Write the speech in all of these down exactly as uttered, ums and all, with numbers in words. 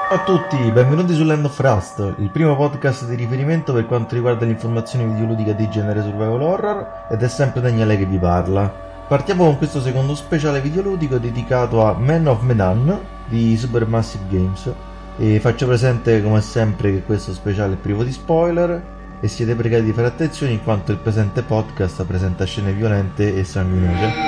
Ciao a tutti, benvenuti su Land of Rust, il primo podcast di riferimento per quanto riguarda l'informazione videoludica di genere survival horror, ed è sempre Daniele che vi parla. Partiamo con questo secondo speciale videoludico dedicato a Man of Medan di Supermassive Games, e faccio presente come sempre che questo speciale è privo di spoiler e siete pregati di fare attenzione in quanto il presente podcast presenta scene violente e sanguinose.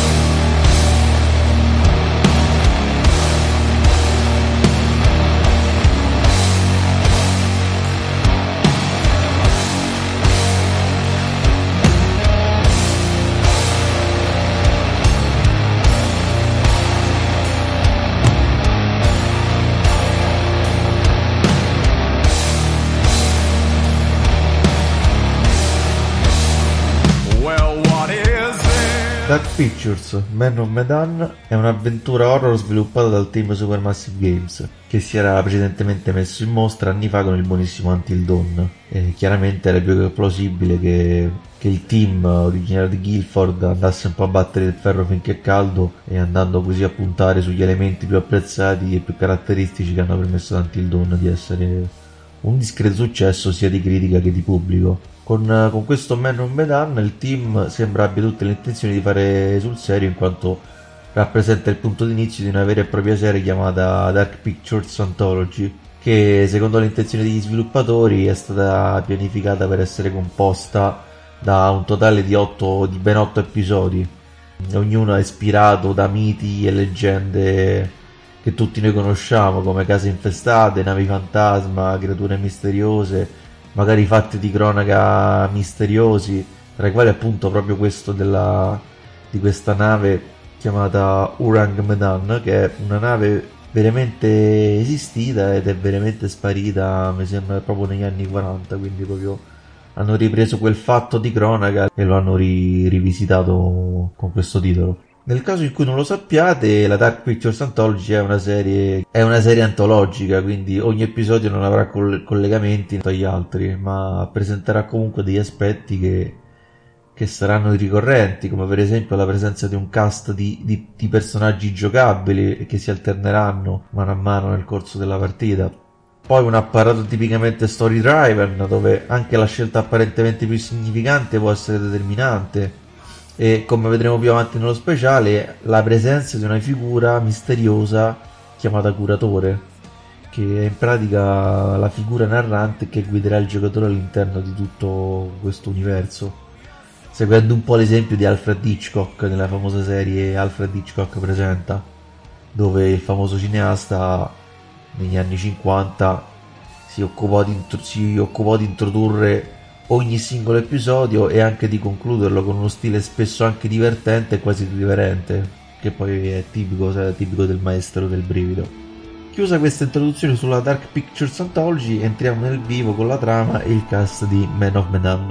Dark Pictures, Man of Medan è un'avventura horror sviluppata dal team Supermassive Games, che si era precedentemente messo in mostra anni fa con il buonissimo Until Dawn. E chiaramente era più che plausibile che, che il team originario di Guildford andasse un po' a battere il ferro finché è caldo, e andando così a puntare sugli elementi più apprezzati e più caratteristici che hanno permesso ad Until Dawn di essere un discreto successo sia di critica che di pubblico. Con, con questo Man of Medan il team sembra abbia tutte le intenzioni di fare sul serio, in quanto rappresenta il punto d'inizio di una vera e propria serie chiamata Dark Pictures Anthology, che secondo le intenzioni degli sviluppatori è stata pianificata per essere composta da un totale di, otto, di ben otto episodi, ognuno è ispirato da miti e leggende che tutti noi conosciamo, come case infestate, navi fantasma, creature misteriose, magari fatti di cronaca misteriosi, tra i quali appunto proprio questo della, di questa nave chiamata Urang Medan, che è una nave veramente esistita ed è veramente sparita, mi sembra proprio negli anni quaranta, quindi proprio hanno ripreso quel fatto di cronaca e lo hanno ri- rivisitato con questo titolo. Nel caso in cui non lo sappiate, la Dark Pictures Anthology è una serie è una serie antologica, quindi ogni episodio non avrà coll- collegamenti tra gli altri, ma presenterà comunque degli aspetti che, che saranno ricorrenti, come per esempio la presenza di un cast di, di, di personaggi giocabili che si alterneranno mano a mano nel corso della partita. Poi un apparato tipicamente story driven, dove anche la scelta apparentemente più significante può essere determinante, e come vedremo più avanti nello speciale, la presenza di una figura misteriosa chiamata Curatore, che è in pratica la figura narrante che guiderà il giocatore all'interno di tutto questo universo, seguendo un po' l'esempio di Alfred Hitchcock nella famosa serie Alfred Hitchcock Presenta, dove il famoso cineasta negli anni cinquanta si occupò di, intro- si occupò di introdurre ogni singolo episodio e anche di concluderlo con uno stile spesso anche divertente e quasi irriverente, che poi è tipico, è tipico del maestro del brivido. Chiusa questa introduzione sulla Dark Pictures Anthology, entriamo nel vivo con la trama e il cast di Man of Medan.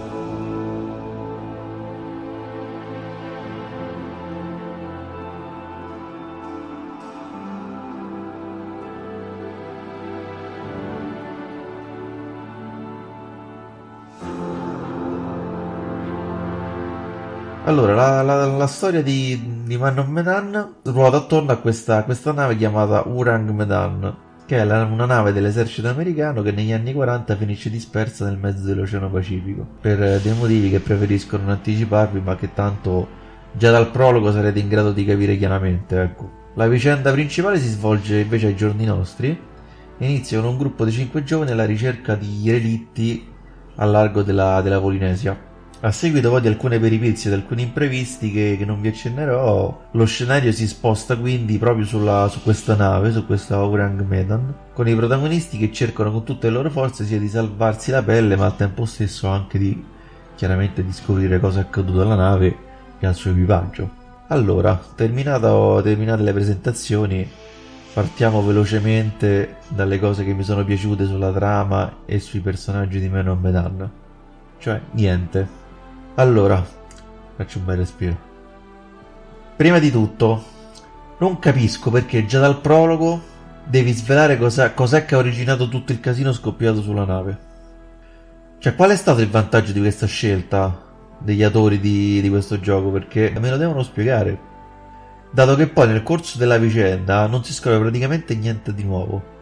Allora, la, la, la storia di, di Man of Medan ruota attorno a questa, a questa nave chiamata Urang Medan, che è la, una nave dell'esercito americano che negli anni quaranta finisce dispersa nel mezzo dell'Oceano Pacifico, per dei motivi che preferisco non anticiparvi, ma che tanto già dal prologo sarete in grado di capire chiaramente. Ecco. La vicenda principale si svolge invece ai giorni nostri e inizia con un gruppo di cinque giovani alla ricerca di relitti al largo della, della Polinesia. A seguito poi di alcune peripezie e di alcuni imprevisti che, che non vi accennerò, lo scenario si sposta quindi proprio sulla, su questa nave, su questa Urang Medan, con i protagonisti che cercano con tutte le loro forze sia di salvarsi la pelle, ma al tempo stesso anche di, chiaramente, di scoprire cosa è accaduto alla nave e al suo equipaggio. Allora, terminato, terminate le presentazioni, partiamo velocemente dalle cose che mi sono piaciute sulla trama e sui personaggi di Man of Medan. Cioè, niente. Allora, faccio un bel respiro. Prima di tutto, non capisco perché già dal prologo devi svelare cos'è, cos'è che ha originato tutto il casino scoppiato sulla nave. Cioè, qual è stato il vantaggio di questa scelta degli autori di, di questo gioco? Perché me lo devono spiegare. Dato che poi nel corso della vicenda non si scopre praticamente niente di nuovo.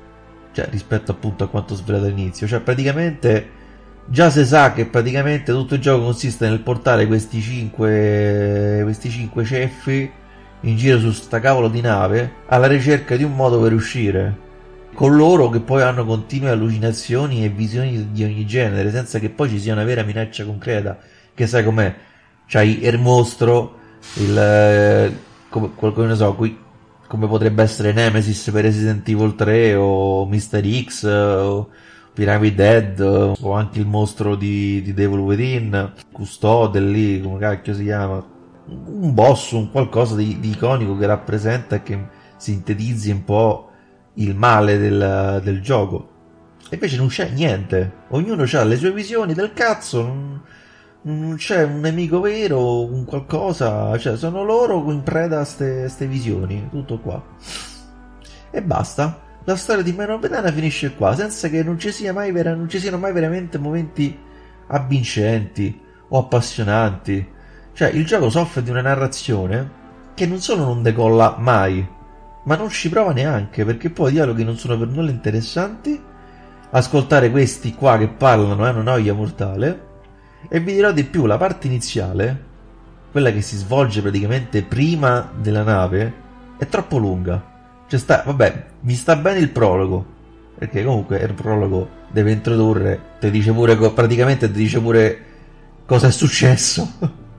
cioè rispetto appunto a quanto svelato all'inizio. Cioè praticamente già si sa che praticamente tutto il gioco consiste nel portare questi cinque questi cinque ceffi in giro su sta cavolo di nave alla ricerca di un modo per uscire, con loro che poi hanno continue allucinazioni e visioni di ogni genere senza che poi ci sia una vera minaccia concreta, che sai com'è, c'hai il mostro, il eh, come, come ne so, qui, come potrebbe essere Nemesis per Resident Evil tre o mister X o Pyramid Head o anche il mostro di, di Devil Within, Custode lì, come cacchio si chiama, un boss, un qualcosa di, di iconico che rappresenta e che sintetizzi un po' il male del, del gioco. E invece non c'è niente, ognuno ha le sue visioni del cazzo, non, non c'è un nemico vero, un qualcosa, cioè sono loro in preda a ste, ste visioni, tutto qua. E basta. La storia di Man of Medan finisce qua, senza che non ci sia mai vera- non ci siano mai veramente momenti avvincenti o appassionanti. Cioè il gioco soffre di una narrazione che non solo non decolla mai, ma non ci prova neanche, perché poi i dialoghi non sono per nulla interessanti. Ascoltare questi qua che parlano è una noia mortale. E vi dirò di più, la parte iniziale, quella che si svolge praticamente prima della nave, è troppo lunga. Cioè sta, vabbè, mi sta bene il prologo, perché comunque il prologo deve introdurre, ti dice pure, praticamente ti dice pure cosa è successo.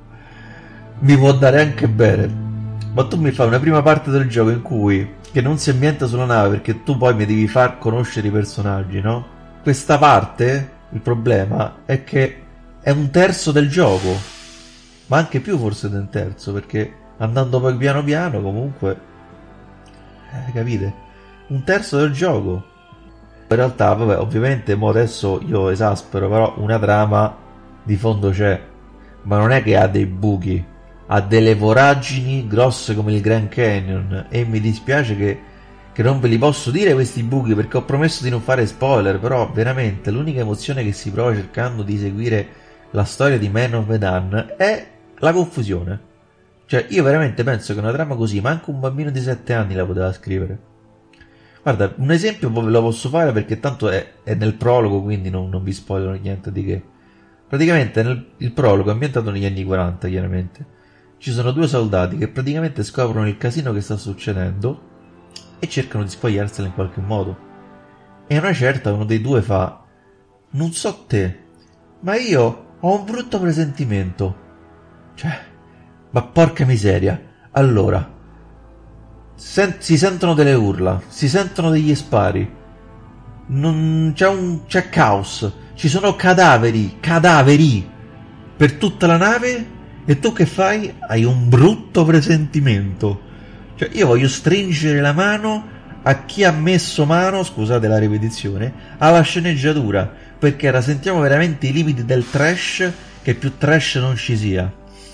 Mi può dare anche bene. Ma tu mi fai una prima parte del gioco in cui, che non si ambienta sulla nave, perché tu poi mi devi far conoscere i personaggi, no? Questa parte, il problema è che è un terzo del gioco, ma anche più forse del terzo, perché andando poi piano piano comunque, eh, capite? Un terzo del gioco. In realtà, vabbè, ovviamente mo adesso io esaspero, però una trama di fondo c'è, ma non è che ha dei buchi, ha delle voragini grosse come il Grand Canyon, e mi dispiace che, che non ve li posso dire questi buchi, perché ho promesso di non fare spoiler, però veramente l'unica emozione che si prova cercando di seguire la storia di Man of Medan è la confusione. Cioè io veramente penso che una trama così manco un bambino di sette anni la poteva scrivere. Guarda, un esempio ve lo posso fare perché tanto è, è nel prologo, quindi non, non vi spoilerò niente di che. Praticamente nel, il prologo è ambientato negli anni quaranta, chiaramente. Ci sono due soldati che praticamente scoprono il casino che sta succedendo e cercano di spogliarsela in qualche modo. E a una certa uno dei due fa: non so te, ma io ho un brutto presentimento. Cioè, ma porca miseria. Allora, sen- si sentono delle urla, si sentono degli spari, non c'è un c'è caos, ci sono cadaveri, cadaveri per tutta la nave, e tu che fai? Hai un brutto presentimento. Cioè io voglio stringere la mano a chi ha messo mano, scusate la ripetizione, alla sceneggiatura, perché rasentiamo veramente i limiti del trash, che più trash non ci sia.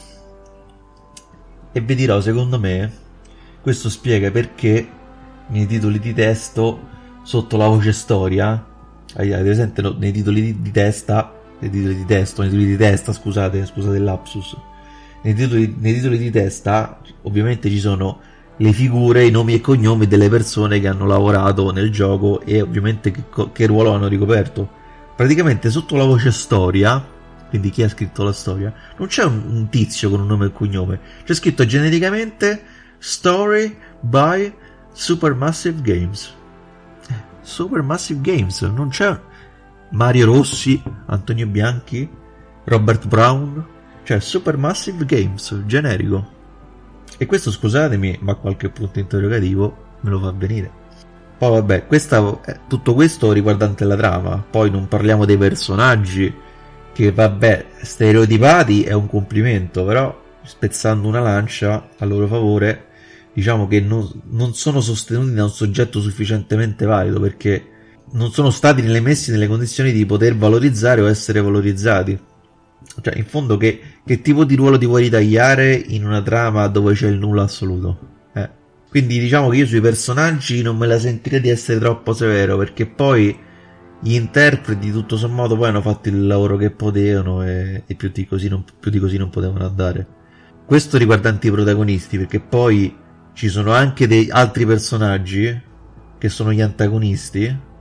E vi dirò, secondo me questo spiega perché nei titoli di testo sotto la voce storia, avete presente, no, nei titoli di, di testa nei titoli di testo nei titoli di testa scusate scusate il lapsus nei titoli, nei titoli di testa ovviamente ci sono le figure, i nomi e cognomi delle persone che hanno lavorato nel gioco e ovviamente che, che ruolo hanno ricoperto. Praticamente sotto la voce storia, quindi chi ha scritto la storia, non c'è un, un tizio con un nome e cognome, c'è scritto genericamente Story by Supermassive Games. Supermassive Games, non c'è Mario Rossi, Antonio Bianchi, Robert Brown, cioè Supermassive Games, generico. E questo, scusatemi, ma qualche punto interrogativo me lo fa venire. Poi vabbè, questa, eh, tutto questo riguardante la trama. Poi non parliamo dei personaggi, che vabbè, stereotipati è un complimento, però spezzando una lancia a loro favore, diciamo che non, non sono sostenuti da un soggetto sufficientemente valido, perché non sono stati messi nelle condizioni di poter valorizzare o essere valorizzati. Cioè, in fondo, che, che tipo di ruolo ti vuoi ritagliare in una trama dove c'è il nulla assoluto? Eh. Quindi diciamo che io sui personaggi non me la sentirei di essere troppo severo, perché poi gli interpreti tutto sommato poi hanno fatto il lavoro che potevano e, e più, di così non, più di così non potevano andare. Questo riguardante i protagonisti, perché poi ci sono anche dei altri personaggi che sono gli antagonisti,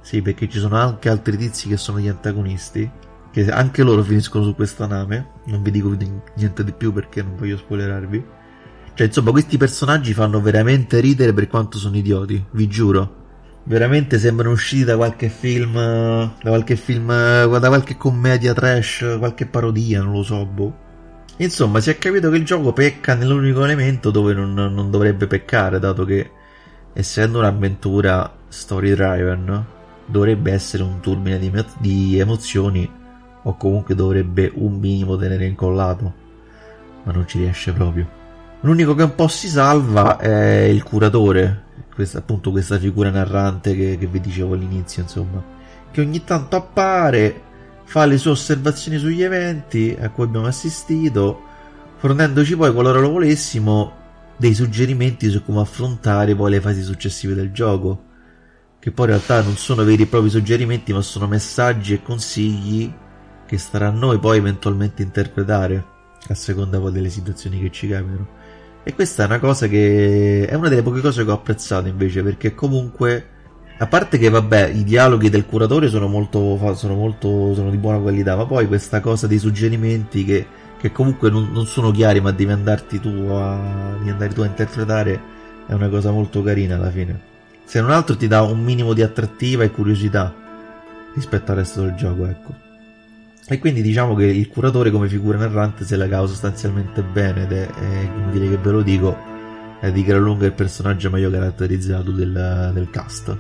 Sì, perché ci sono anche altri tizi che sono gli antagonisti, che anche loro finiscono su questa nave. Non vi dico niente di più perché non voglio spoilerarvi. Cioè, insomma, questi personaggi fanno veramente ridere per quanto sono idioti, vi giuro. Veramente sembrano usciti da qualche film, da qualche film, da qualche commedia trash, qualche parodia, non lo so, boh. Insomma, si è capito che il gioco pecca nell'unico elemento dove non, non dovrebbe peccare, dato che, essendo un'avventura story driven, dovrebbe essere un turbine di, di emozioni, o comunque dovrebbe un minimo tenere incollato, ma non ci riesce proprio. L'unico che un po' si salva è il curatore, questa, appunto questa figura narrante che, che vi dicevo all'inizio, insomma, che ogni tanto appare, fa le sue osservazioni sugli eventi a cui abbiamo assistito, fornendoci poi, qualora lo volessimo, dei suggerimenti su come affrontare poi le fasi successive del gioco, che poi in realtà non sono veri e propri suggerimenti, ma sono messaggi e consigli che starà a noi poi eventualmente interpretare a seconda poi delle situazioni che ci capitano. E questa è una cosa che è una delle poche cose che ho apprezzato invece, perché comunque, a parte che vabbè, i dialoghi del curatore sono molto sono molto sono di buona qualità, ma poi questa cosa dei suggerimenti che, che comunque non, non sono chiari, ma devi andarti tu a devi andare tu a interpretare, è una cosa molto carina alla fine. Se non altro ti dà un minimo di attrattiva e curiosità rispetto al resto del gioco, ecco. E quindi diciamo che il curatore come figura narrante se la cava sostanzialmente bene, ed è, è inutile che ve lo dico, è di gran lunga il personaggio meglio caratterizzato del, del cast.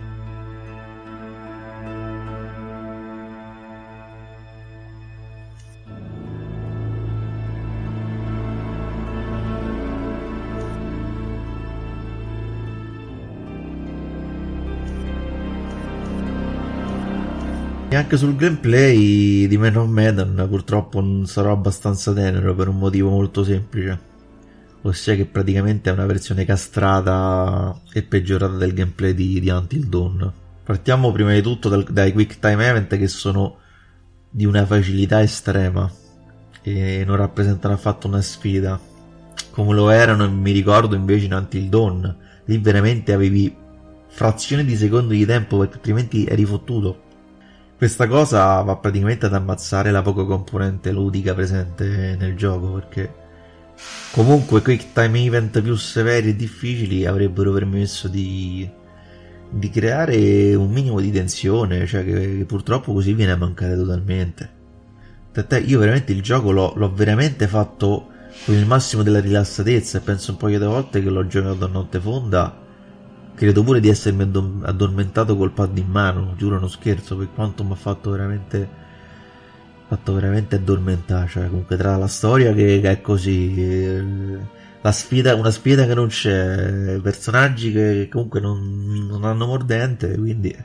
E anche sul gameplay di Man of Medan purtroppo non sarò abbastanza tenero, per un motivo molto semplice, ossia che praticamente è una versione castrata e peggiorata del gameplay di, di Until Dawn. Partiamo prima di tutto dal, dai quick time event, che sono di una facilità estrema e non rappresentano affatto una sfida come lo erano, mi ricordo, invece in Until Dawn. Lì veramente avevi frazioni di secondo di tempo, perché altrimenti eri fottuto. Questa cosa va praticamente ad ammazzare la poca componente ludica presente nel gioco, perché comunque quick time event più severi e difficili avrebbero permesso di, di creare un minimo di tensione, cioè che, che purtroppo così viene a mancare totalmente. Tant'è, io veramente il gioco l'ho, l'ho veramente fatto con il massimo della rilassatezza, e penso un paio di volte che l'ho giocato a notte fonda. Credo pure di essermi addormentato col pad in mano, giuro, non scherzo, per quanto mi ha fatto veramente fatto veramente addormentare. Cioè, comunque, tra la storia che, che è così, la sfida, una sfida che non c'è, personaggi che comunque non, non hanno mordente, quindi.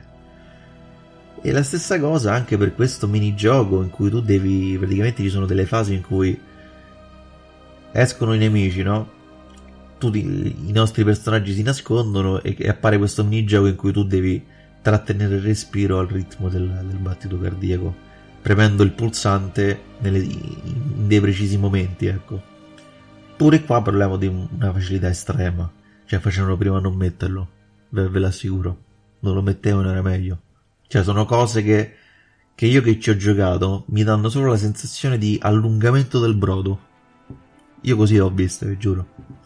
E la stessa cosa anche per questo minigioco in cui tu devi, praticamente ci sono delle fasi in cui escono i nemici, no? Tutti i nostri personaggi si nascondono e appare questo minigioco in cui tu devi trattenere il respiro al ritmo del, del battito cardiaco, premendo il pulsante nelle, in dei precisi momenti, ecco. Pure qua parliamo di una facilità estrema, cioè facevano prima a non metterlo, ve, ve l'assicuro, non lo mettevano era meglio. Cioè sono cose che, che io che ci ho giocato mi danno solo la sensazione di allungamento del brodo. Io così l'ho vista, vi giuro.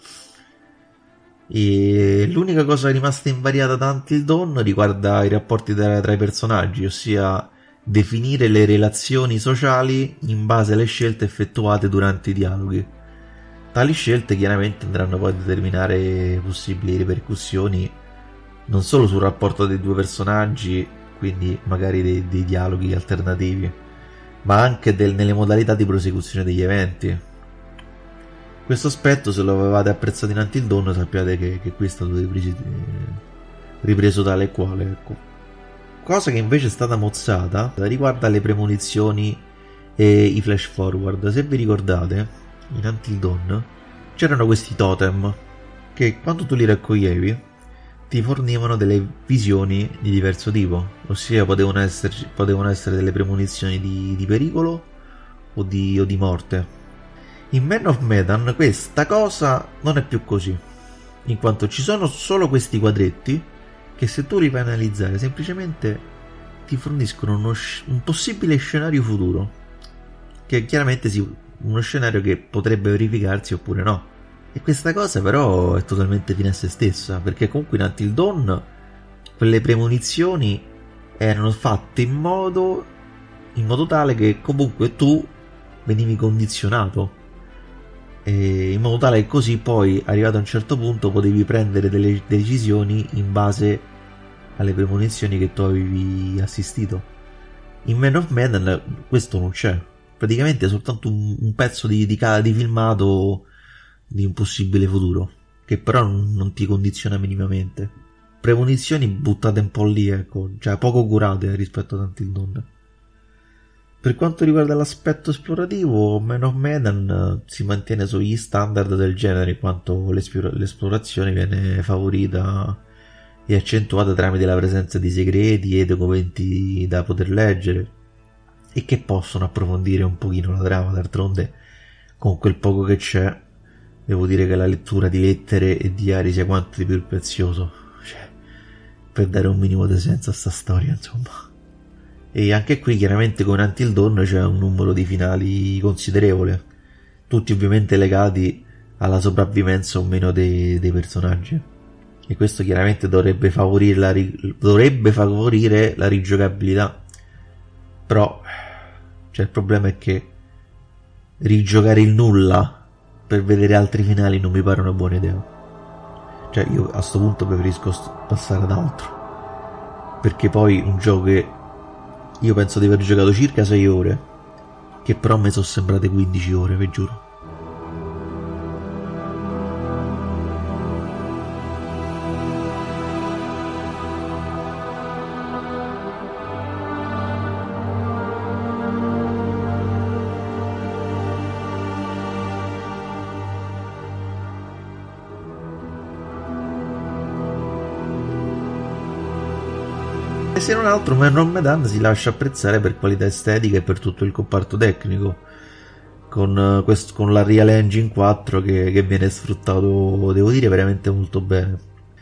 E l'unica cosa rimasta invariata da Until Dawn riguarda i rapporti tra, tra i personaggi, ossia definire le relazioni sociali in base alle scelte effettuate durante i dialoghi. Tali scelte chiaramente andranno poi a determinare possibili ripercussioni non solo sul rapporto dei due personaggi, quindi magari dei, dei dialoghi alternativi, ma anche del, nelle modalità di prosecuzione degli eventi. Questo aspetto, se lo avevate apprezzato in Until Dawn, sappiate che, che qui è stato ripreso, ripreso tale e quale, ecco. Cosa che invece è stata mozzata riguarda le premonizioni e i flash forward. Se vi ricordate, in Until Dawn c'erano questi totem che quando tu li raccoglievi ti fornivano delle visioni di diverso tipo, ossia potevano, esserci, potevano essere delle premonizioni di, di pericolo o di, o di morte. In Man of Medan questa cosa non è più così, in quanto ci sono solo questi quadretti che, se tu li vai a analizzare, semplicemente ti forniscono uno sc- un possibile scenario futuro, che chiaramente sì, uno scenario che potrebbe verificarsi oppure no. E questa cosa però è totalmente fine a se stessa, perché comunque in Until Dawn quelle premonizioni erano fatte in modo in modo tale che comunque tu venivi condizionato, e in modo tale che così poi, arrivato a un certo punto, potevi prendere delle decisioni in base alle premonizioni che tu avevi assistito. In Man of Medan questo non c'è, praticamente è soltanto un, un pezzo di, di, di filmato di un possibile futuro, che però non, non ti condiziona minimamente. Premonizioni buttate un po' lì, ecco, cioè poco curate rispetto a Until Dawn. Per quanto riguarda l'aspetto esplorativo, Man of Medan si mantiene sugli standard del genere, in quanto l'esplorazione viene favorita e accentuata tramite la presenza di segreti e documenti da poter leggere e che possono approfondire un pochino la trama. D'altronde, con quel poco che c'è, devo dire che la lettura di lettere e diari sia quanto di più prezioso, cioè, per dare un minimo di senso a sta storia, insomma. E anche qui chiaramente con Until Dawn c'è un numero di finali considerevole, tutti ovviamente legati alla sopravvivenza o meno dei, dei personaggi, e questo chiaramente dovrebbe favorire la, dovrebbe favorire la rigiocabilità. Però cioè, il problema è che rigiocare il nulla per vedere altri finali non mi pare una buona idea. Cioè io a sto punto preferisco passare ad altro, perché poi un gioco che io penso di aver giocato circa sei ore, che però mi sono sembrate quindici ore, vi giuro. E se non altro, Man of Medan si lascia apprezzare per qualità estetica e per tutto il comparto tecnico, con, uh, quest- con la Real Engine quattro che, che viene sfruttato, devo dire, veramente molto bene,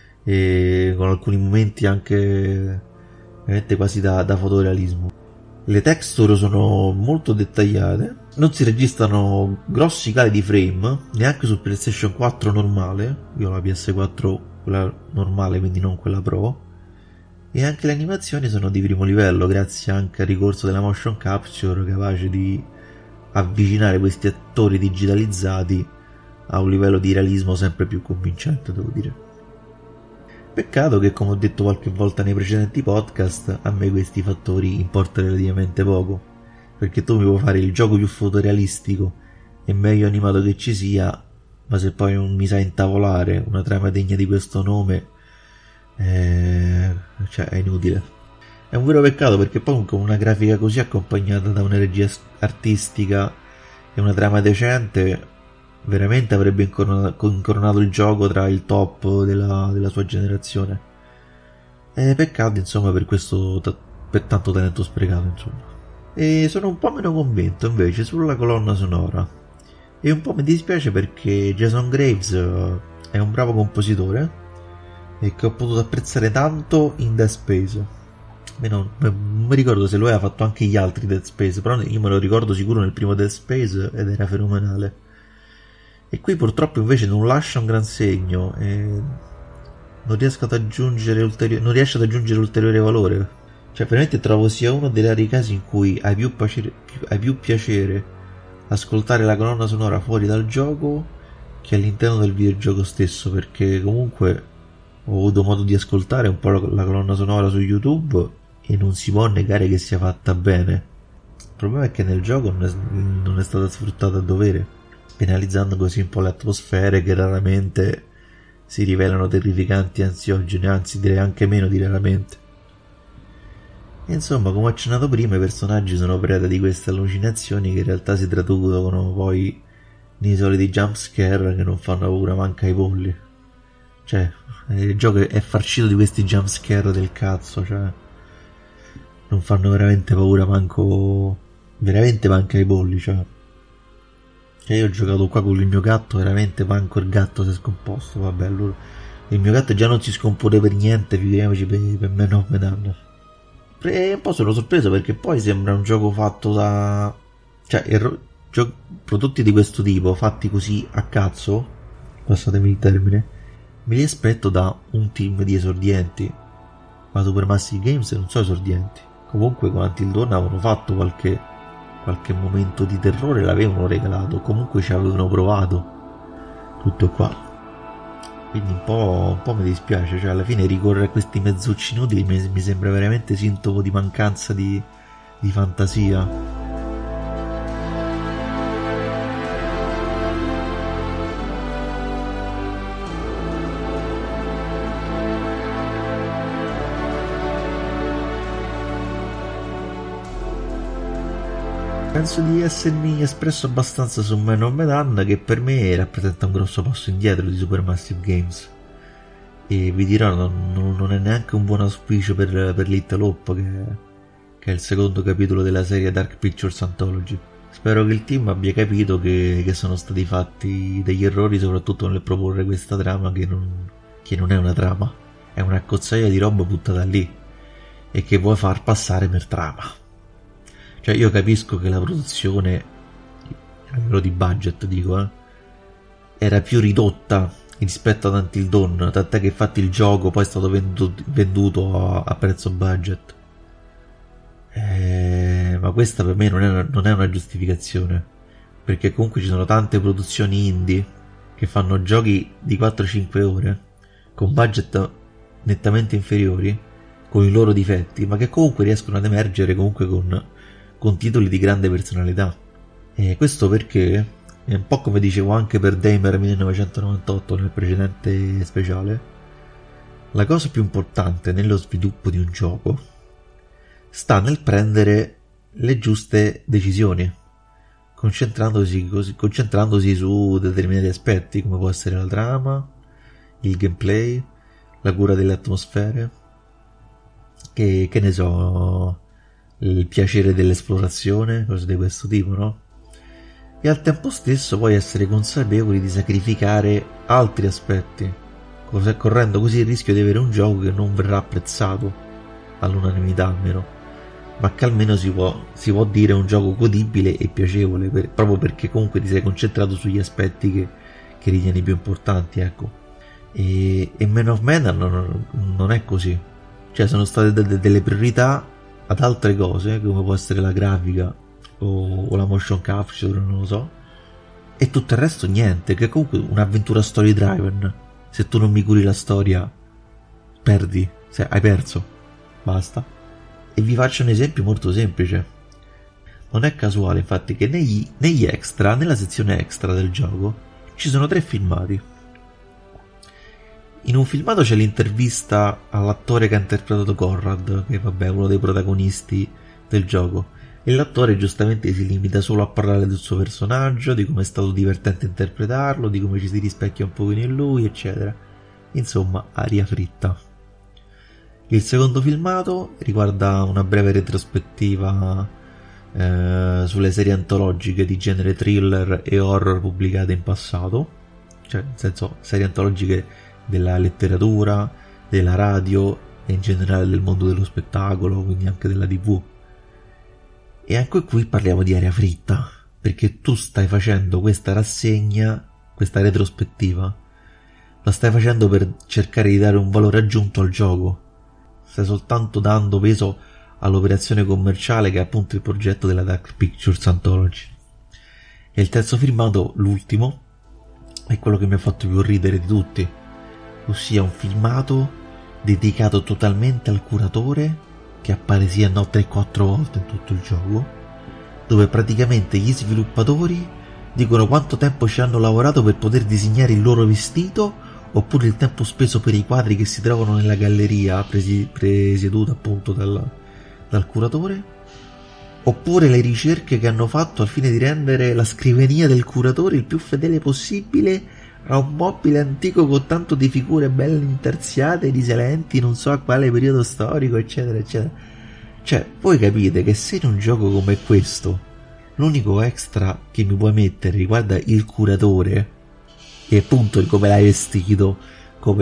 e con alcuni momenti anche veramente quasi da, da fotorealismo. Le texture sono molto dettagliate, non si registrano grossi cali di frame neanche su PlayStation quattro normale. Io ho la P S quattro, quella normale, quindi non quella Pro. E anche le animazioni sono di primo livello, grazie anche al ricorso della motion capture, capace di avvicinare questi attori digitalizzati a un livello di realismo sempre più convincente, devo dire. Peccato che, come ho detto qualche volta nei precedenti podcast, a me questi fattori importano relativamente poco, perché tu mi puoi fare il gioco più fotorealistico e meglio animato che ci sia, ma se poi non mi sai intavolare una trama degna di questo nome, Eh, cioè è inutile. È un vero peccato, perché poi con una grafica così accompagnata da una regia artistica e una trama decente veramente avrebbe incoronato, incoronato il gioco tra il top della, della sua generazione. E peccato insomma per questo per tanto talento sprecato, insomma. E sono un po' meno convinto invece sulla colonna sonora, e un po' mi dispiace perché Jason Graves è un bravo compositore e che ho potuto apprezzare tanto in Dead Space. Non mi ricordo se lui ha fatto anche gli altri Dead Space, però io me lo ricordo sicuro nel primo Dead Space ed era fenomenale. E qui purtroppo invece non lascia un gran segno e non riesco ad aggiungere ulteriore, non riesce ad aggiungere ulteriore valore. Cioè veramente trovo sia uno dei rari casi in cui hai più, piacere, hai più piacere ascoltare la colonna sonora fuori dal gioco che all'interno del videogioco stesso, perché comunque ho avuto modo di ascoltare un po' la colonna sonora su YouTube e non si può negare che sia fatta bene. Il problema è che nel gioco non è, non è stata sfruttata a dovere, penalizzando così un po' le atmosfere che raramente si rivelano terrificanti e ansiogene, anzi direi anche meno di raramente. E insomma, come ho accennato prima, i personaggi sono preda di queste allucinazioni che in realtà si traducono poi nei soliti jumpscare che non fanno paura manca ai polli. Cioè, il gioco è farcito di questi jumpscare del cazzo, cioè non fanno veramente paura manco veramente manca ai polli, cioè. Cioè io ho giocato qua con il mio gatto, veramente manco il gatto si è scomposto, vabbè, allora il mio gatto già non si scompone per niente, figuriamoci per, per Man of Medan. sorpreso, un po' sono sorpreso perché poi sembra un gioco fatto da... cioè, erro... gio... prodotti di questo tipo, fatti così a cazzo, passatemi il termine, me li aspetto da un team di esordienti, ma Supermassive Games non sono esordienti. Comunque con Until Dawn avevano fatto qualche, qualche momento di terrore, l'avevano regalato, comunque ci avevano provato, tutto qua. Quindi un po', un po' mi dispiace, cioè alla fine ricorrere a questi mezzucci inutili mi, mi sembra veramente sintomo di mancanza di, di fantasia. Penso di essermi espresso abbastanza su Man of Medan, che per me rappresenta un grosso passo indietro di Supermassive Games. E vi dirò, non, non è neanche un buon auspicio per, per Little Hope, che, che è il secondo capitolo della serie Dark Pictures Anthology. Spero che il team abbia capito che, che sono stati fatti degli errori, soprattutto nel proporre questa trama che non, che non è una trama, è una cozzaia di roba buttata lì e che vuoi far passare per trama. Cioè io capisco che la produzione, a livello di budget dico, eh, era più ridotta rispetto ad Until Dawn, tant'è che infatti il gioco poi è stato venduto, venduto a, a prezzo budget. Eh, ma questa per me non è, una, non è una giustificazione, perché comunque ci sono tante produzioni indie che fanno giochi di quattro cinque ore con budget nettamente inferiori, con i loro difetti, ma che comunque riescono ad emergere comunque con... con titoli di grande personalità. E questo perché è un po' come dicevo anche per Damer millenovecentonovantotto nel precedente speciale, la cosa più importante nello sviluppo di un gioco sta nel prendere le giuste decisioni, concentrandosi, così, concentrandosi su determinati aspetti come può essere la trama, il gameplay, la cura delle atmosfere, che, che ne so, il piacere dell'esplorazione, cose di questo tipo, no? E al tempo stesso poi essere consapevoli di sacrificare altri aspetti, correndo così il rischio di avere un gioco che non verrà apprezzato all'unanimità almeno, ma che almeno si può, si può dire un gioco godibile e piacevole, per, proprio perché comunque ti sei concentrato sugli aspetti che, che ritieni più importanti, ecco. E, e Man of Medan non, non è così, cioè sono state delle, delle priorità ad altre cose, come può essere la grafica o, o la motion capture, non lo so, e tutto il resto niente, che è comunque un'avventura story driven. Se tu non mi curi la storia, perdi, se hai perso, basta. E vi faccio un esempio molto semplice. Non è casuale infatti che negli, negli extra, nella sezione extra del gioco, ci sono tre filmati. In un filmato c'è l'intervista all'attore che ha interpretato Conrad, che vabbè è uno dei protagonisti del gioco, e l'attore giustamente si limita solo a parlare del suo personaggio, di come è stato divertente interpretarlo, di come ci si rispecchia un pochino in lui, eccetera. Insomma, aria fritta. Il secondo filmato riguarda una breve retrospettiva eh, sulle serie antologiche di genere thriller e horror pubblicate in passato, cioè nel senso serie antologiche della letteratura, della radio e in generale del mondo dello spettacolo, quindi anche della tivù. E anche qui parliamo di aria fritta, perché tu stai facendo questa rassegna, questa retrospettiva, la stai facendo per cercare di dare un valore aggiunto al gioco, stai soltanto dando peso all'operazione commerciale che è appunto il progetto della Dark Pictures Anthology. E il terzo filmato, l'ultimo, è quello che mi ha fatto più ridere di tutti, ossia un filmato dedicato totalmente al curatore, che appare sì e no tre quattro volte in tutto il gioco, dove praticamente gli sviluppatori dicono quanto tempo ci hanno lavorato per poter disegnare il loro vestito, oppure il tempo speso per i quadri che si trovano nella galleria presi, presieduta appunto dal, dal curatore, oppure le ricerche che hanno fatto al fine di rendere la scrivania del curatore il più fedele possibile a un mobile antico con tanto di figure belle intarsiate, risalenti non so a quale periodo storico, eccetera eccetera. Cioè, voi capite che se in un gioco come questo l'unico extra che mi puoi mettere riguarda il curatore e appunto come l'hai vestito, come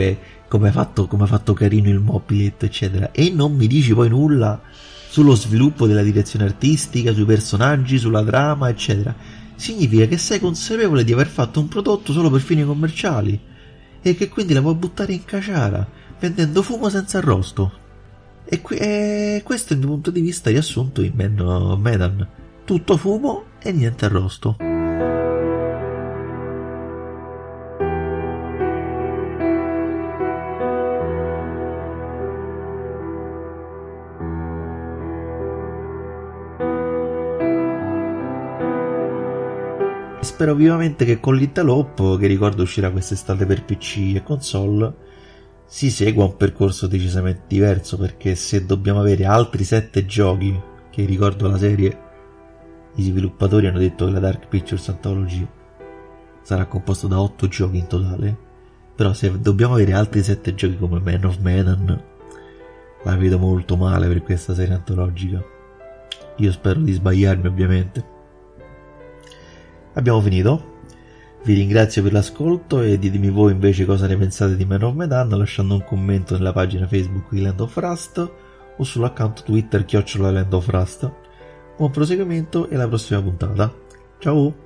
come hai fatto, come ha fatto carino il mobiletto, eccetera, e non mi dici poi nulla sullo sviluppo della direzione artistica, sui personaggi, sulla trama, eccetera, significa che sei consapevole di aver fatto un prodotto solo per fini commerciali e che quindi la puoi buttare in caciara vendendo fumo senza arrosto. E, qui, e questo è il mio punto di vista riassunto in Man of Medan: tutto fumo e niente arrosto. Spero vivamente che con l'Interloop, che ricordo uscirà quest'estate per P C e console, si segua un percorso decisamente diverso, perché se dobbiamo avere altri sette giochi, che ricordo la serie, gli sviluppatori hanno detto che la Dark Pictures Anthology sarà composta da otto giochi in totale, però se dobbiamo avere altri sette giochi come Man of Medan, la vedo molto male per questa serie antologica. Io spero di sbagliarmi, ovviamente. Abbiamo finito, vi ringrazio per l'ascolto e ditemi voi invece cosa ne pensate di Man of Medan lasciando un commento nella pagina Facebook di Land of Rust o sull'account Twitter chiocciola Land of Rust. Buon proseguimento e alla prossima puntata. Ciao!